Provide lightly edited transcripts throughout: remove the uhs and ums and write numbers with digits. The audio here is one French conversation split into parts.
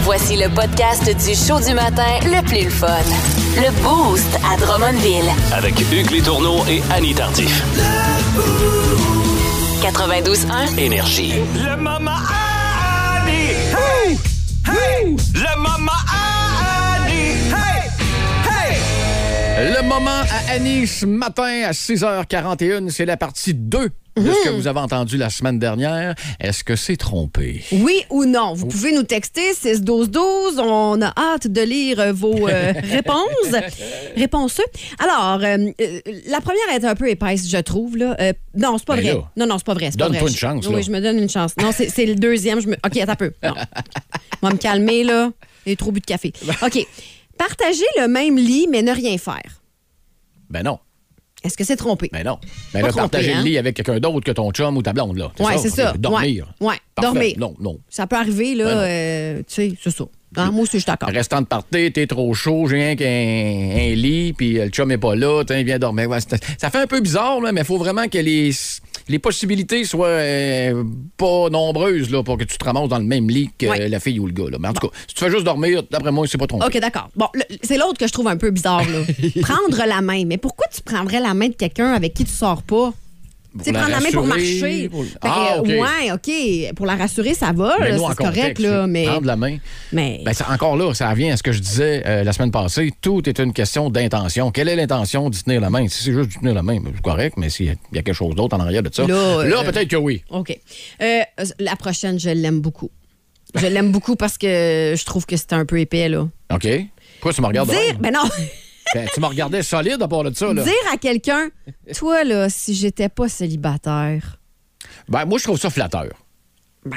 Voici le podcast du show du matin le plus le fun. Le Boost à Drummondville. Avec Hugues Létourneau et Annie Tardif. 92.1 Énergie. Le Mama Annie! Hey! Hey! Le Mama Annie! Hey! Hey! Le moment à Annie ce matin à 6h41, c'est la partie 2 de ce que vous avez entendu la semaine dernière. Est-ce que c'est trompé? Oui ou non? Vous pouvez nous texter 6-12-12. On a hâte de lire vos réponses. Réponses. Alors, la première est un peu épaisse, je trouve. Là. Non, c'est pas vrai. Là, non, c'est pas vrai. C'est pas vrai. donne-toi une chance. Oui, là. je me donne une chance. Non, c'est le deuxième. OK, attends un peu. Non. On va me calmer, là. J'ai trop bu de café. OK. Partager le même lit, mais ne rien faire. Ben non. Est-ce que c'est trompé? Ben non. Ben Pas là, trompé, partager hein? le lit avec quelqu'un d'autre que ton chum ou ta blonde, là. Oui, c'est ça. Dormir. Ouais, Parfait. dormir. Non. Ça peut arriver, là. Ben tu sais, c'est ça. Hein, moi aussi, je suis d'accord. Restant de party, t'es trop chaud, j'ai rien qu'un lit, puis le chum est pas là, il vient dormir. Ouais, ça fait un peu bizarre, là, mais il faut vraiment que les possibilités soient pas nombreuses là, pour que tu te ramasses dans le même lit que la fille ou le gars. Là. Mais en tout cas, si tu fais juste dormir, d'après moi, c'est pas trompé. OK, d'accord. Bon, c'est l'autre que je trouve un peu bizarre. Là. Prendre la main. Mais pourquoi tu prendrais la main de quelqu'un avec qui tu sors pas? Tu sais, prendre la main pour marcher. Ah, OK. Ouais, OK. Pour la rassurer, ça va. Mais Là, nous, en c'est correct. contexte, Là, mais... prendre la main. Mais... Ben, encore là, ça revient à ce que je disais la semaine passée. Tout est une question d'intention. Quelle est l'intention d'y tenir la main? Si c'est juste d'y tenir la main, c'est correct, mais s'il y a quelque chose d'autre en arrière de ça, là peut-être que oui. OK. La prochaine, je l'aime beaucoup. Je l'aime beaucoup parce que je trouve que c'était un peu épais, là. OK. Pourquoi tu me regardes? Ben non. Ben, tu me regardais solide à part de ça, là. Dire à quelqu'un, toi, là, si j'étais pas célibataire... Ben, moi, je trouve ça flatteur. Ben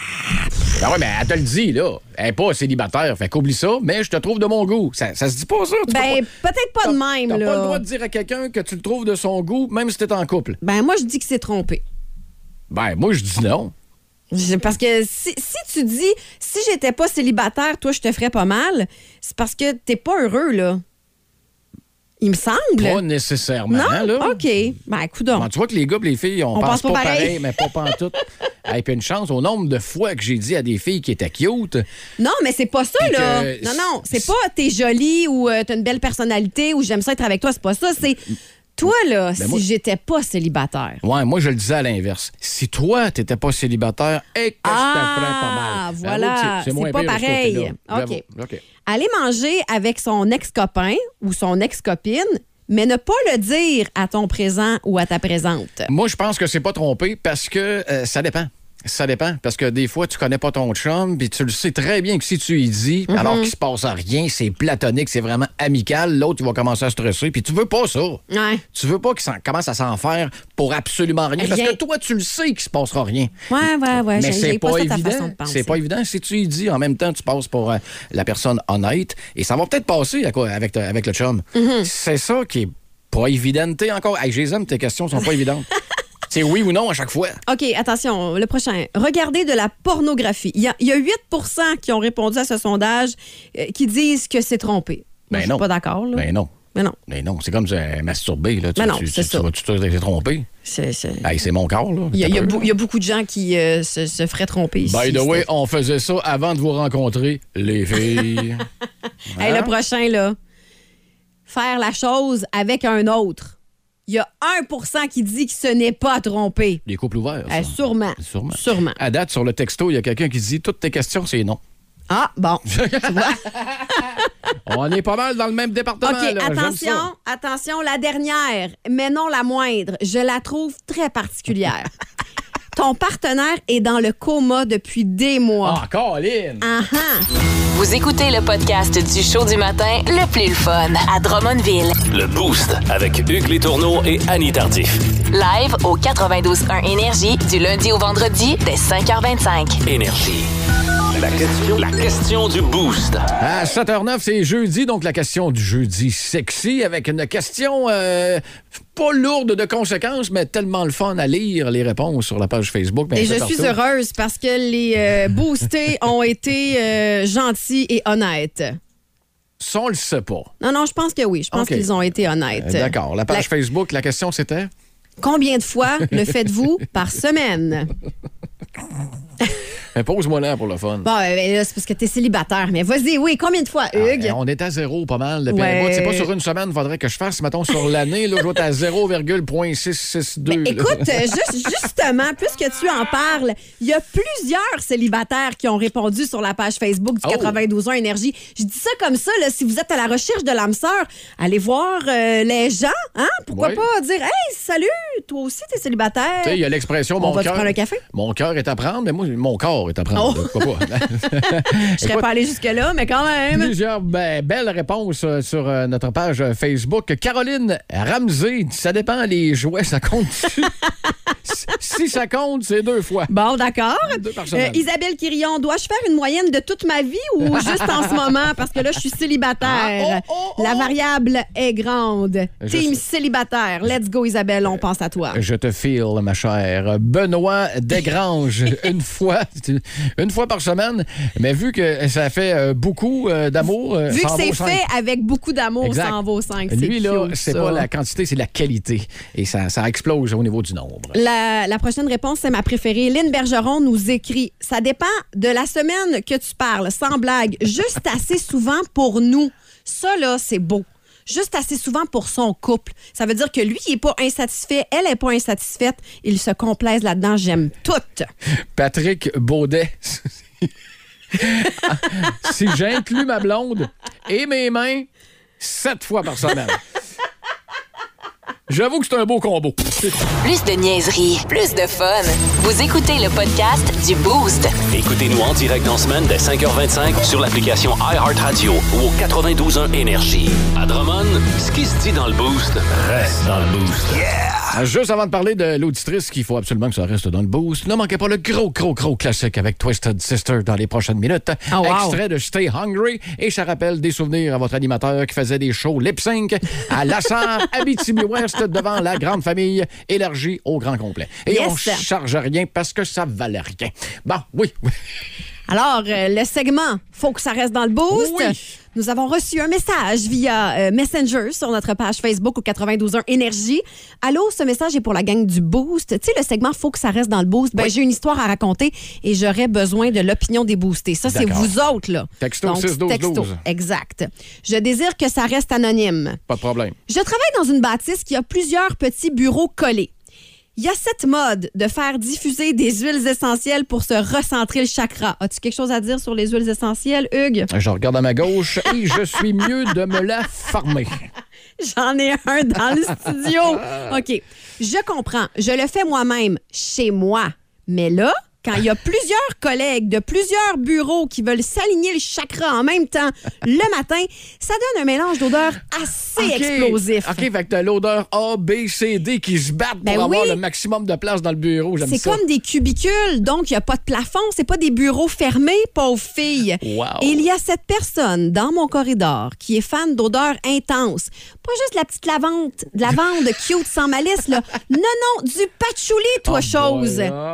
oui, mais elle te le dit, là. Elle n'est pas célibataire, fait qu'oublie ça, mais je te trouve de mon goût. Ça se dit pas ça. Ben, peut-être pas de même, t'as là. pas le droit de dire à quelqu'un que tu le trouves de son goût, même si t'es en couple. Ben, moi, je dis que c'est trompé. Ben, moi, je dis non. Parce que si tu dis, si j'étais pas célibataire, toi, je te ferais pas mal, c'est parce que t'es pas heureux, là. Il me semble. Pas nécessairement, non? là. OK. Ben, coudonc. Ben, tu vois que les gars et les filles, on pense pas pareil, mais pas pantoute. Et puis une chance, au nombre de fois que j'ai dit à des filles qui étaient cute... Non, mais c'est pas ça, là. Non, c'est pas t'es jolie ou t'as une belle personnalité ou j'aime ça être avec toi, c'est pas ça. C'est... Toi, là, si moi, j'étais pas célibataire. Ouais, moi, je le disais à l'inverse. Si toi, t'étais pas célibataire, et que je te ferais pas mal. Ah, voilà. C'est moins pas pire de ce pareil. côté-là. OK. Aller manger avec son ex-copain ou son ex-copine, mais ne pas le dire à ton présent ou à ta présente. Moi, je pense que c'est pas trompé parce que ça dépend. Ça dépend, parce que des fois, tu connais pas ton chum, puis tu le sais très bien que si tu y dis, alors qu'il se passe rien, c'est platonique, c'est vraiment amical, l'autre, il va commencer à stresser, puis tu veux pas ça. Ouais. Tu veux pas qu'il commence à s'en faire pour absolument rien, parce que toi, tu le sais qu'il se passera rien. Ouais. Mais c'est pas ça, ta évident. façon de penser. C'est pas évident. Si tu y dis, en même temps, tu passes pour la personne honnête, et ça va peut-être passer avec le chum. C'est ça qui est pas évident encore. Hey, je les aime, tes questions sont pas évidentes. C'est oui ou non à chaque fois. OK, attention, le prochain. Regarder de la pornographie. Il y a 8 qui ont répondu à ce sondage qui disent que c'est trompé. Moi, je suis pas d'accord. Là. Ben non. Mais non. Mais non, c'est comme masturber. Là. Mais non, c'est ça. Tu t'es trompé. C'est mon corps. Là. Il y a beaucoup de gens qui se feraient tromper ici. By the way, on faisait ça avant de vous rencontrer, les filles. Hey, le prochain, là. Faire la chose avec un autre. Il y a 1 qui dit que ce n'est pas trompé. Les couples ouverts. Sûrement. À date, sur le texto, il y a quelqu'un qui dit toutes tes questions, c'est non. Ah, bon. Tu vois? On est pas mal dans le même département. OK, là. attention, la dernière, mais non la moindre. Je la trouve très particulière. Ton partenaire est dans le coma depuis des mois. Ah, Colin! Vous écoutez le podcast du show du matin le plus le fun à Drummondville. Le Boost avec Hugues Létourneau et Annie Tardif. Live au 92.1 Énergie du lundi au vendredi dès 5h25. Énergie. La question du Boost. À 7h09, c'est jeudi, donc la question du jeudi sexy avec une question pas lourde de conséquences, mais tellement le fun à lire les réponses sur la page Facebook. Et je suis heureuse parce que les boostés ont été gentils et honnêtes. Ça, on le sait pas. Non, je pense que oui. Je pense qu'ils ont été honnêtes. D'accord. La page Facebook, la question, c'était? Combien de fois le faites-vous par semaine? Mais pose-moi là pour le fun. Bon, là, c'est parce que t'es célibataire. Mais vas-y, oui, combien de fois, Hugues? On est à zéro pas mal. Depuis Ouais. moi, c'est pas sur une semaine, il faudrait que je fasse, mettons, sur l'année, là, je vais être à 0,662. Mais écoute, justement, puisque tu en parles, il y a plusieurs célibataires qui ont répondu sur la page Facebook du 92.1 Énergie. Je dis ça comme ça, là, si vous êtes à la recherche de l'âme sœur, allez voir les gens, hein? Pourquoi pas dire « Hey, salut, toi aussi, t'es célibataire. » Tu sais, il y a l'expression On mon va te cœur. prendre un café? Mon cœur est à prendre, mais moi, mon corps est à prendre. Pourquoi pas? Je serais pas allé jusque-là, mais quand même. Plusieurs belles réponses sur notre page Facebook. Caroline Ramsey, ça dépend, les jouets, ça compte-tu? Si ça compte, c'est 2 fois. Bon, d'accord. 2 par semaine. Isabelle Quirion, dois-je faire une moyenne de toute ma vie ou juste en ce moment? Parce que là, je suis célibataire. La variable est grande. Team célibataire. Let's go, Isabelle, on pense à toi. Je te file, ma chère. Benoît Desgranges, une fois par semaine. Mais vu que ça fait beaucoup d'amour... Vu que ça en c'est vaut 5. fait avec beaucoup d'amour, Exact. ça en vaut 5. Lui, là, cute, c'est ça. pas la quantité, c'est la qualité. Et ça explose au niveau du nombre. La prochaine réponse, c'est ma préférée. Lynn Bergeron nous écrit « Ça dépend de la semaine que tu parles, sans blague. Juste assez souvent pour nous. » Ça, là, c'est beau. Juste assez souvent pour son couple. Ça veut dire que lui, il n'est pas insatisfait, elle n'est pas insatisfaite. Ils se complaisent là-dedans. J'aime tout. Patrick Baudet. Si j'inclus ma blonde et mes mains 7 fois par semaine. J'avoue que c'est un beau combo. Plus de niaiserie, plus de fun. Vous écoutez le podcast du Boost. Écoutez-nous en direct en semaine dès 5h25 sur l'application iHeartRadio ou au 92.1 Énergie. À Drummond, ce qui se dit dans le Boost reste dans le Boost. Juste avant de parler de l'auditrice qu'il faut absolument que ça reste dans le boost, ne manquez pas le gros classique avec Twisted Sister dans les prochaines minutes. Oh, wow. Extrait de Stay Hungry et ça rappelle des souvenirs à votre animateur qui faisait des shows lip-sync à Lassar, Abitibi-Ouest devant la grande famille élargie au grand complet. Et Yes. on charge rien parce que ça valait rien. Bon, oui. Alors, le segment, faut que ça reste dans le boost. Oui. Nous avons reçu un message via Messenger sur notre page Facebook au 92.1 Énergie. Allô, ce message est pour la gang du Boost. Tu sais, le segment faut que ça reste dans le boost. Ben, j'ai une histoire à raconter et j'aurais besoin de l'opinion des boostés. Ça, c'est D'accord. vous autres, là. Texto Donc, 6 12 texto. 12. Exact. Je désire que ça reste anonyme. Pas de problème. Je travaille dans une bâtisse qui a plusieurs petits bureaux collés. Il y a cette mode de faire diffuser des huiles essentielles pour se recentrer le chakra. As-tu quelque chose à dire sur les huiles essentielles, Hugues? Je regarde à ma gauche et je suis mieux de me la farmer. J'en ai un dans le studio. OK. Je comprends. Je le fais moi-même chez moi. Mais là, quand il y a plusieurs collègues de plusieurs bureaux qui veulent s'aligner le chakra en même temps le matin, ça donne un mélange d'odeurs assez explosif. OK, fait que t'as l'odeur A, B, C, D qui se battent pour Ben avoir oui. le maximum de place dans le bureau. J'aime C'est ça. comme des cubicules, donc il n'y a pas de plafond, c'est pas des bureaux fermés, pauvres filles. Wow. Et il y a cette personne dans mon corridor qui est fan d'odeurs intenses. Pas juste la petite lavande cute sans malice, là. Non, du patchouli, toi, chose.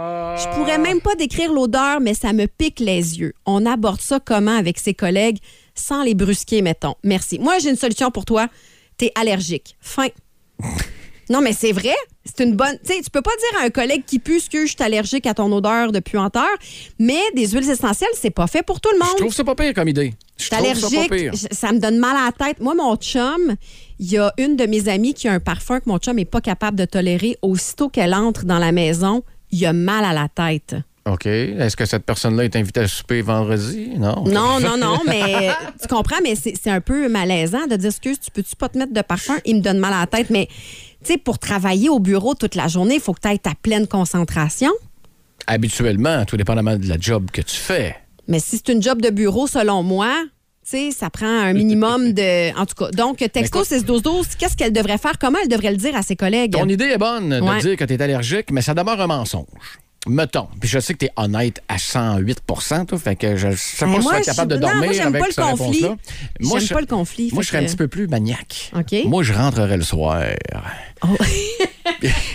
Je pourrais même pas décrire l'odeur, mais ça me pique les yeux. On aborde ça comment avec ses collègues sans les brusquer, mettons. Merci. Moi, j'ai une solution pour toi. T'es allergique. Fin. Non, mais c'est vrai. C'est une bonne... Tu sais, tu peux pas dire à un collègue qui pue que je suis allergique à ton odeur de puanteur, mais des huiles essentielles, c'est pas fait pour tout le Je monde. trouve ça pas pire comme idée. Je T'es trouve ça pas allergique, pire. ça me donne mal à la tête. Moi, mon chum, il y a une de mes amies qui a un parfum que mon chum n'est pas capable de tolérer. Aussitôt qu'elle entre dans la maison, il a mal à la tête. OK. Est-ce que cette personne-là est invitée à souper vendredi? Non. Non, mais tu comprends, mais c'est un peu malaisant de dire, excuse, tu peux-tu pas te mettre de parfum? Il me donne mal à la tête, mais tu sais, pour travailler au bureau toute la journée, il faut que tu aies ta pleine concentration. Habituellement, tout dépendamment de la job que tu fais. Mais si c'est une job de bureau, selon moi, tu sais, ça prend un minimum de... En tout cas, donc, texto Écoute, 61212, qu'est-ce qu'elle devrait faire? Comment elle devrait le dire à ses collègues? Ton idée est bonne de Ouais. dire que tu es allergique, mais ça demeure un mensonge. Mettons. Puis je sais que tu es honnête à 108 toi, fait que je sais pas si tu vas être capable de dormir moi, j'aime avec pas le cette conflit. réponse-là. J'aime pas le conflit. Moi, fait je serais un que- petit peu plus maniaque. OK. Moi, je rentrerais le soir. Oh.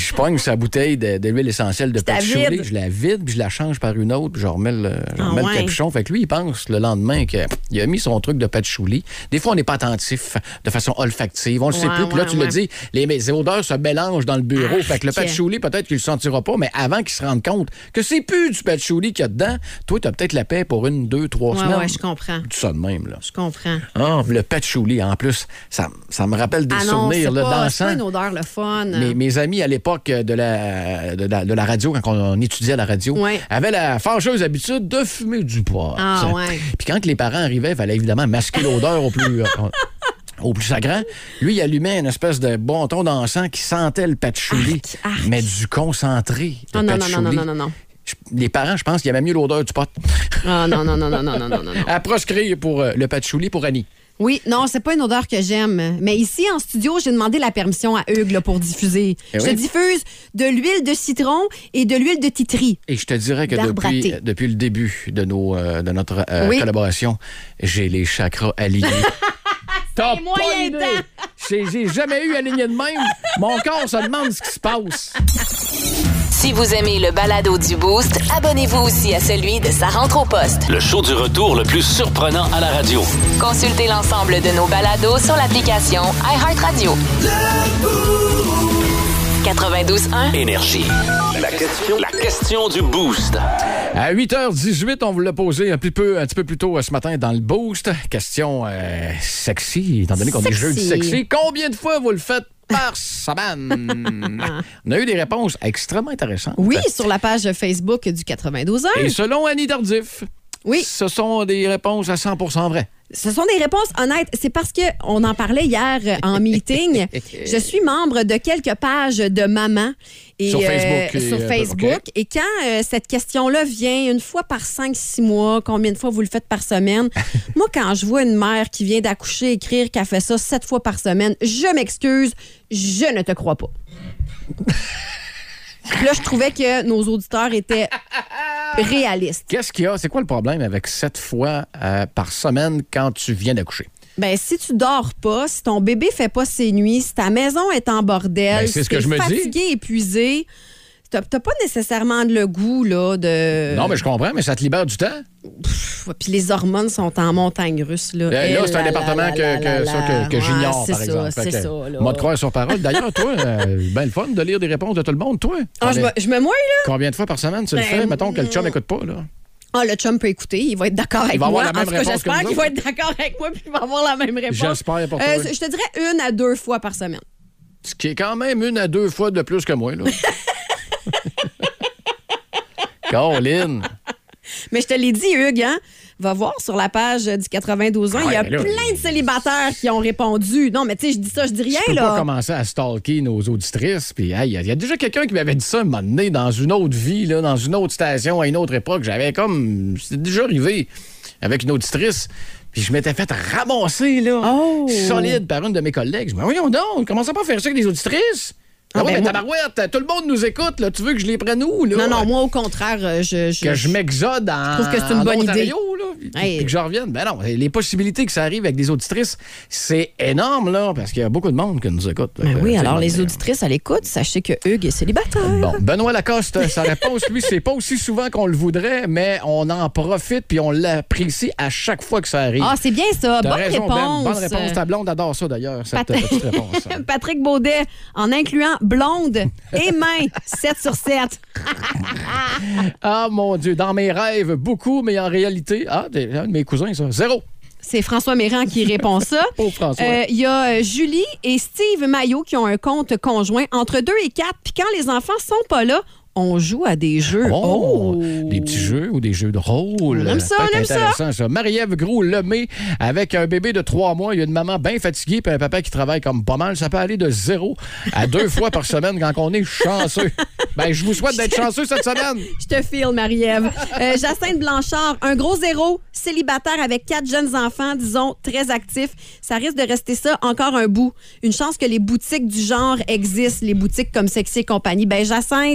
je pogne sa bouteille de l'huile essentielle de patchouli, je la vide, puis je la change par une autre, puis je remets le capuchon. Fait que lui, il pense le lendemain qu'il a mis son truc de patchouli. Des fois, on n'est pas attentif de façon olfactive, on le sait plus. Puis là, tu l'as dit, les odeurs se mélangent dans le bureau. Fait que le patchouli, peut-être qu'il le sentira pas, mais avant qu'il se rende compte que c'est plus du patchouli qu'il y a dedans, toi, tu as peut-être la paix pour 1, 2, 3 semaines. Oui, je comprends. Tout ça de même, là. Je comprends. Ah, le patchouli, en plus, ça me rappelle des souvenirs dansants. C'est pas une odeur le fun. Mes amis, à l'époque de la radio, quand on étudiait à la radio, avaient la fâcheuse habitude de fumer du pot. Puis quand les parents arrivaient, il fallait évidemment masquer l'odeur au plus sacrant. Lui, il allumait une espèce de bon ton d'encens qui sentait le patchouli, mais du concentré de patchouli. Non. Les parents, je pense qu'ils aimaient mieux l'odeur du pot. Non. À proscrire pour le patchouli pour Annie. Oui, non, c'est pas une odeur que j'aime. Mais ici, en studio, j'ai demandé la permission à Hugues là, pour diffuser. Je te diffuse de l'huile de citron et de l'huile de titri. Et je te dirais que depuis le début de notre collaboration, j'ai les chakras alignés. T'as pas idée. J'ai jamais eu aligné de même. Mon corps se demande ce qui se passe. Si vous aimez le balado du Boost, abonnez-vous aussi à celui de Sa rentre au poste. Le show du retour le plus surprenant à la radio. Consultez l'ensemble de nos balados sur l'application iHeartRadio. 92.1 Énergie. La question du Boost. À 8h18, on vous l'a posé un petit peu plus tôt ce matin dans le Boost. Question sexy, étant donné qu'on est jeudi sexy. Combien de fois vous le faites par semaine? On a eu des réponses extrêmement intéressantes. Oui, sur la page Facebook du 92.1. Et selon Annie Tardif, ce sont des réponses à 100% vraies. Ce sont des réponses honnêtes. C'est parce qu'on en parlait hier en meeting. Je suis membre de quelques pages de mamans. Sur Facebook. Et quand cette question-là vient une fois par 5-6 mois, combien de fois vous le faites par semaine? Moi, quand je vois une mère qui vient d'accoucher écrire qu'elle fait ça 7 fois par semaine, je m'excuse, je ne te crois pas. Là, je trouvais que nos auditeurs étaient réalistes. Qu'est-ce qu'il y a? C'est quoi le problème avec 7 fois par semaine quand tu viens d'accoucher? Ben, si tu dors pas, si ton bébé fait pas ses nuits, si ta maison est en bordel, si tu es fatigué, épuisé, t'as pas nécessairement le goût là, de... Non, mais je comprends, mais ça te libère du temps. Puis les hormones sont en montagne russe. Là, c'est un département que j'ignore, par exemple. C'est ça. Moi, de croire sur parole. D'ailleurs, toi, ben le fun de lire des réponses de tout le monde, toi. Je me moille, là. Combien de fois par semaine tu le fais? Mettons que le chum n'écoute pas, là. Le chum peut écouter, il va être d'accord avec moi. Il va avoir la même réponse. J'espère qu'il va être d'accord avec moi puis il va avoir la même réponse. J'espère pour toi. Je te dirais 1 à 2 fois par semaine. Ce qui est quand même 1 à 2 fois de plus que moi, là. Caroline. Mais je te l'ai dit, Hugues, hein? Va voir sur la page du 92 ans, il y a plein de célibataires qui ont répondu. Non, mais tu sais, je dis ça, je dis rien, là. Je peux pas là. commencer à stalker nos auditrices. Puis, il y a déjà quelqu'un qui m'avait dit ça un moment donné, dans une autre vie, là, dans une autre station, à une autre époque. C'était déjà arrivé avec une auditrice. Puis je m'étais fait ramasser, là, solide par une de mes collègues. Je me dis, voyons donc, commencez pas à faire ça avec des auditrices. Mais tabarouette, tout le monde nous écoute, là. Tu veux que je les prenne où, là? Non, moi, au contraire, que je m'exode en trouve que c'est une bonne Ontario, idée. Là, puis que je revienne. Ben non, les possibilités que ça arrive avec des auditrices, c'est énorme, là, parce qu'il y a beaucoup de monde qui nous écoute. Ben oui, alors les auditrices à l'écoute, sachez que Hugues est célibataire. Bon, Benoît Lacoste, sa réponse, lui, c'est pas aussi souvent qu'on le voudrait, mais on en profite puis on l'apprécie à chaque fois que ça arrive. Ah, c'est bien ça. Bonne réponse. Ben, bonne réponse. Ta blonde adore ça, d'ailleurs, cette petite réponse. Patrick Baudet, en incluant blonde et main, 7 sur 7. Ah, mon Dieu, dans mes rêves, beaucoup, mais en réalité, un de mes cousins, ça, 0. C'est François Méran qui répond ça. Pauvre François. Il y a Julie et Steve Maillot qui ont un compte conjoint entre 2 et 4. Puis quand les enfants sont pas là, on joue à des jeux. Des petits jeux ou des jeux de rôle. On aime ça, on aime ça. Marie-Ève Gros-Lemay, avec un bébé de 3 mois, il y a une maman bien fatiguée puis un papa qui travaille comme pas mal. Ça peut aller de 0 à 2 fois par semaine quand on est chanceux. Ben, je vous souhaite d'être chanceux cette semaine. Je te file, Marie-Ève. Jacinthe Blanchard, un gros 0, célibataire avec 4 jeunes enfants, disons, très actifs. Ça risque de rester ça encore un bout. Une chance que les boutiques du genre existent, les boutiques comme Sexy et compagnie. Ben, Jacinthe,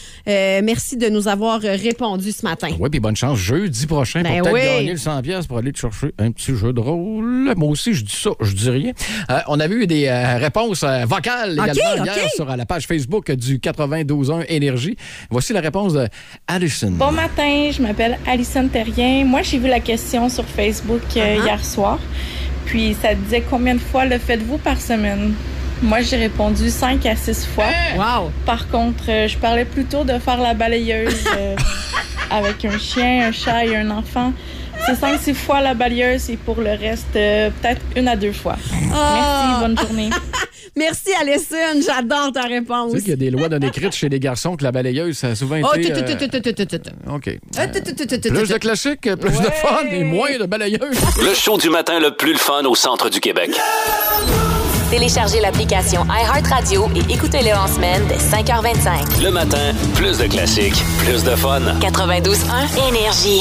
Merci de nous avoir répondu ce matin. Oui, puis bonne chance jeudi prochain pour peut-être gagner le 100$ pour aller te chercher un petit jeu de rôle. Moi aussi, je dis ça, je dis rien. On avait eu des réponses vocales également hier sur la page Facebook du 92.1 Énergie. Voici la réponse de Alison. Bon matin, je m'appelle Alison Terrien. Moi, j'ai vu la question sur Facebook hier soir. Puis, ça disait combien de fois le faites-vous par semaine? Moi, j'ai répondu 5 à 6 fois. Wow. Par contre, je parlais plutôt de faire la balayeuse avec un chien, un chat et un enfant. C'est 5-6 fois la balayeuse et pour le reste, peut-être 1 à 2 fois. Merci, bonne journée. Merci, Alison. J'adore ta réponse. Tu sais qu'il y a des lois non écrites chez les garçons que la balayeuse, ça a souvent été... OK. Plus de classiques, plus de fun et moins de balayeuses. Le show du matin le plus le fun au centre du Québec. Téléchargez l'application iHeartRadio et écoutez-le en semaine dès 5h25. Le matin, plus de classiques, plus de fun. 92.1 Énergie.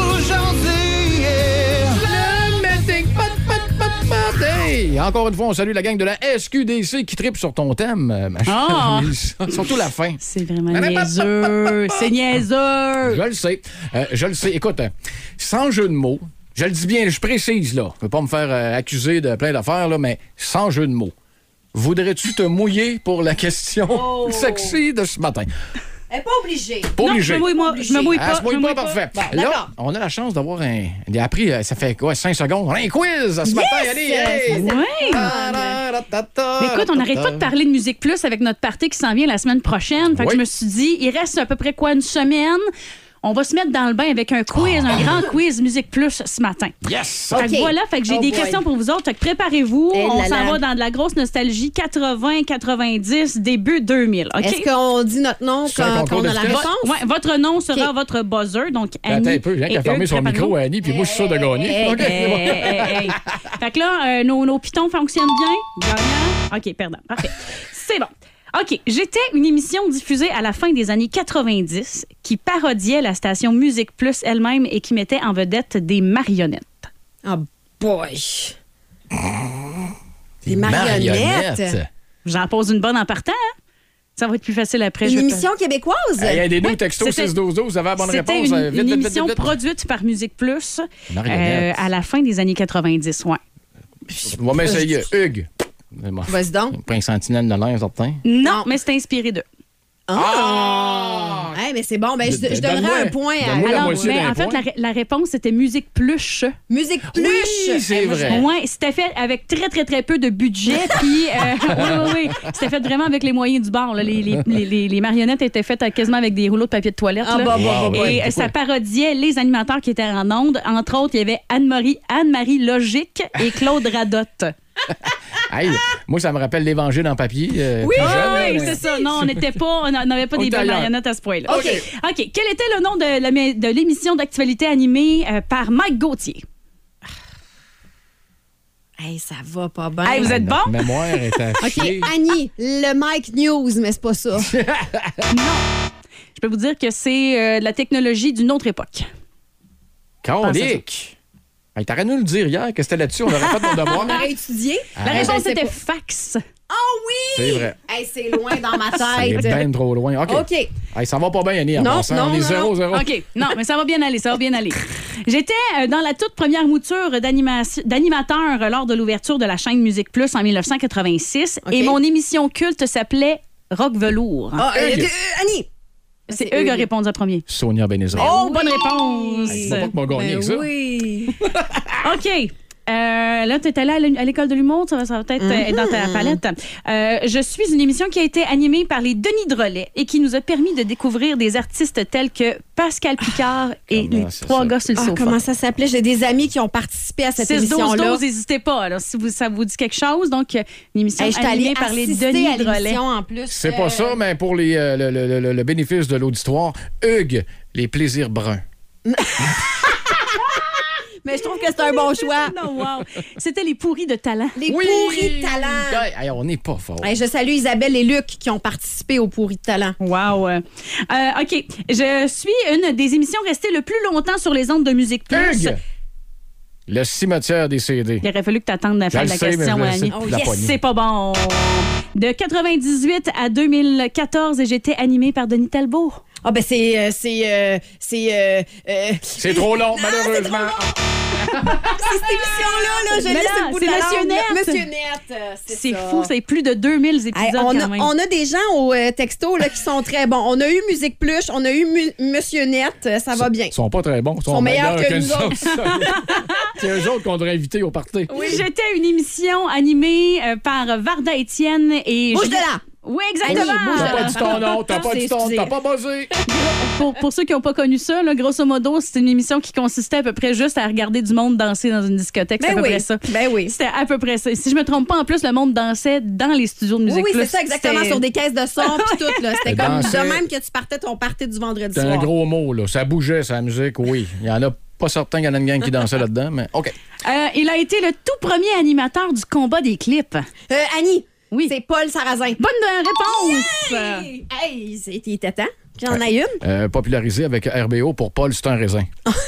Hey, encore une fois, on salue la gang de la SQDC qui tripe sur ton thème, ma chère. Surtout la fin. C'est vraiment niaiseux. C'est niaiseux. Je le sais. Écoute, sans jeu de mots, je le dis bien, je précise, là. Je ne veux pas me faire accuser de plein d'affaires, là, mais sans jeu de mots. Voudrais-tu te mouiller pour la question sexy de ce matin? Elle n'est pas obligée. Pas obligée. Je me mouille pas. Elle se mouille pas, parfait. Bon, là, on a la chance d'avoir un... Après, ça fait quoi, 5 secondes? Un quiz ce matin, allez! Hey! Oui. Mais écoute, on n'arrête pas de parler de Musique Plus avec notre party qui s'en vient la semaine prochaine. Fait que je me suis dit, il reste à peu près quoi, une semaine? On va se mettre dans le bain avec un quiz, un grand quiz Musique Plus ce matin. Yes! Fait que voilà, fait que j'ai des questions pour vous autres. Fait que préparez-vous. On s'en va dans de la grosse nostalgie 80, 90, début 2000. Okay? Est-ce qu'on dit notre nom quand on a la réponse? Oui, votre nom sera votre buzzer. Donc, Annie. Attends un peu, j'ai rien qu'à fermer son micro à Annie, puis moi, je suis sûr de gagner. Fait que là, nos pitons fonctionnent bien. Gagnant. OK, perdant. Parfait. C'est bon. OK, j'étais une émission diffusée à la fin des années 90 qui parodiait la station Musique Plus elle-même et qui mettait en vedette des marionnettes. Oh boy! Des marionnettes? J'en pose une bonne en partant, hein? Ça va être plus facile après. Une émission québécoise? Aidez-nous, texto 61212, vous avez la bonne réponse. C'était une émission produite par Musique Plus à la fin des années 90, ouais. On va m'essayer. Hugues. Vas-y donc. Pas un sentinelle de l'air, certain? Non, mais c'est inspiré d'eux. Hey, mais c'est bon. Ben, je donnerai un point à... Alors, mais en fait, la réponse, c'était Musique Plus. Musique Plus! Oui, c'est vrai. Oui, c'était fait avec très, très, très peu de budget. Puis, oui. C'était fait vraiment avec les moyens du bord. Là. Les marionnettes étaient faites quasiment avec des rouleaux de papier de toilette. Et ça parodiait les animateurs qui étaient en ondes. Entre autres, il y avait Anne-Marie Logique et Claude Radotte. Hey, moi, ça me rappelle l'Évangile en papier. Oui, c'est ça. Non, on n'avait pas des belles marionnettes à ce point-là. OK. Quel était le nom de l'émission d'actualité animée par Mike Gauthier? Hey, ça va pas bien. Hey, vous êtes bon? Ma mémoire est affichée. OK, Annie, le Mike News, mais c'est pas ça. Non. Je peux vous dire que c'est de la technologie d'une autre époque. Calique! Hey, t'aurais dû nous le dire hier que c'était là-dessus, on n'aurait pas de mon devoir. On aurait étudié. La réponse était fax. Oh oui! C'est vrai. Hey, c'est loin dans ma C'est tête. bien trop loin. OK. Hey, ça va pas bien, Annie, en passant. On est 0-0. OK. Non, mais ça va bien aller, J'étais dans la toute première mouture d'animateur lors de l'ouverture de la chaîne Musique Plus en 1986. Et mon émission culte s'appelait Rock Velours. Annie! C'est Hugues qui a répondu en premier. Sonia Benezra. Bonne réponse. Hey, c'est pas que m'a gagné avec ça. Oui. OK. Là, tu es allé à l'école de l'humour, ça va peut-être être dans ta palette. Je suis une émission qui a été animée par les Denis Drolet et qui nous a permis de découvrir des artistes tels que Pascal Picard et les trois gars sur le sofa. Comment ça s'appelait? J'ai des amis qui ont participé à cette émission-là. 6-12-12, n'hésitez pas, là, si ça vous dit quelque chose. Donc, une émission animée par les Denis Drolet. En plus, c'est pas ça, mais pour le bénéfice de l'auditoire, Hugues, les plaisirs bruns. Mais je trouve que c'est un bon choix. Non, wow. C'était les pourris de talent. Les pourris de talent. Hey, on n'est pas fort. Hey, je salue Isabelle et Luc qui ont participé aux pourris de talent. Wow. OK. Je suis une des émissions restées le plus longtemps sur les ondes de Musique Plus. Hugues. Le cimetière des CD. Il aurait fallu que tu attendes la fin de la question, Annie. Oh, yes. C'est pas bon. De 98 à 2014, j'étais animée par Denis Talbot. Ah, ben c'est trop long, malheureusement. C'est cette émission-là, je l'ai sur le bout de la langue. Monsieur Net. C'est fou, c'est plus de 2000 épisodes quand même. On a des gens au texto là, qui sont très bons. On a eu Musique Pluche, on a eu Monsieur Net, ça va bien. Ils sont pas très bons. Ils sont meilleurs que nous autres. C'est eux autres qu'on devrait inviter au party. Oui, j'étais à une émission animée par Varda Étienne et... Bouge de là! Oui, exactement. T'as pas dit ton nom, t'as pas buzzé. Pour ceux qui n'ont pas connu ça, là, grosso modo, c'était une émission qui consistait à peu près juste à regarder du monde danser dans une discothèque. C'est à peu près ça. Ben oui. C'était à peu près ça. Si je me trompe pas, en plus, le monde dansait dans les studios de musique. Oui, c'est ça, exactement. Sur des caisses de son puis tout. Là. C'était comme de même que tu partais ton party du vendredi soir. C'est un gros mot, là. Ça bougeait, sa musique, oui. Il y en a pas certain qu'il y en a une gang qui dansait là-dedans, mais OK. Il a été le tout premier animateur du combat des clips. Annie. Oui. C'est Paul Sarrazin. Bonne réponse! Hey, il était temps. J'en ai une. Popularisé avec RBO pour Paul, c'est un raisin.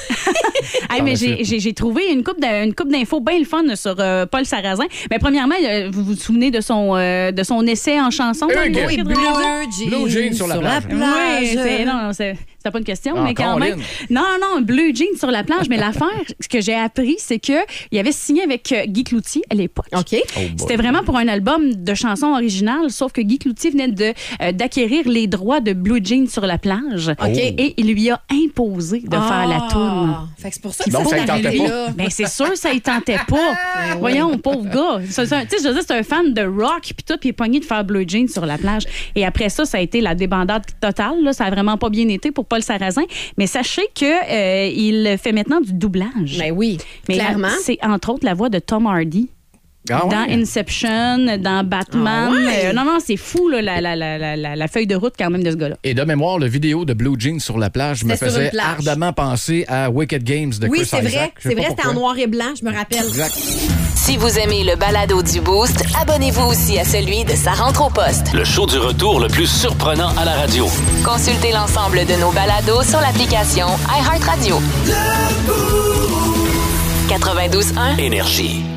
Hey, mais j'ai trouvé une couple d'infos bien le fun sur Paul Sarrazin. Mais premièrement, vous vous souvenez de son essai en chanson? Oui, Blue Jeans sur la plage. Oui, c'est pas une question, mais quand même. Non, Blue Jeans sur la plage. Mais l'affaire, ce que j'ai appris, c'est qu'il avait signé avec Guy Cloutier à l'époque. OK. C'était vraiment pour un album de chansons originales, sauf que Guy Cloutier venait d'acquérir les droits de Blue Jeans sur la plage. OK. Et il lui a imposé de faire la toune. Fait que c'est pour ça que donc, ça ne tentait pas. Ben, c'est sûr, ça ne tentait pas. Voyons, pauvre gars. Tu sais, je veux dire, c'est un fan de rock, puis tout, puis il est pogné de faire Blue Jeans sur la plage. Et après ça, ça a été la débandade totale. Là. Ça n'a vraiment pas bien été pour Paul Sarrazin. Mais sachez qu'il fait maintenant du doublage. Ben oui, clairement. C'est entre autres la voix de Tom Hardy. Ah ouais. Dans Inception, dans Batman. Ah ouais. Non, c'est fou, là, la feuille de route quand même de ce gars-là. Et de mémoire, le vidéo de Blue Jeans sur la plage me faisait ardemment penser à Wicked Games de Chris Isaac. Oui, c'est vrai, c'était en noir et blanc, je me rappelle. Exact. Si vous aimez le balado du Boost, abonnez-vous aussi à celui de Sa rentre au poste. Le show du retour le plus surprenant à la radio. Consultez l'ensemble de nos balados sur l'application iHeartRadio. 92.1 Énergie.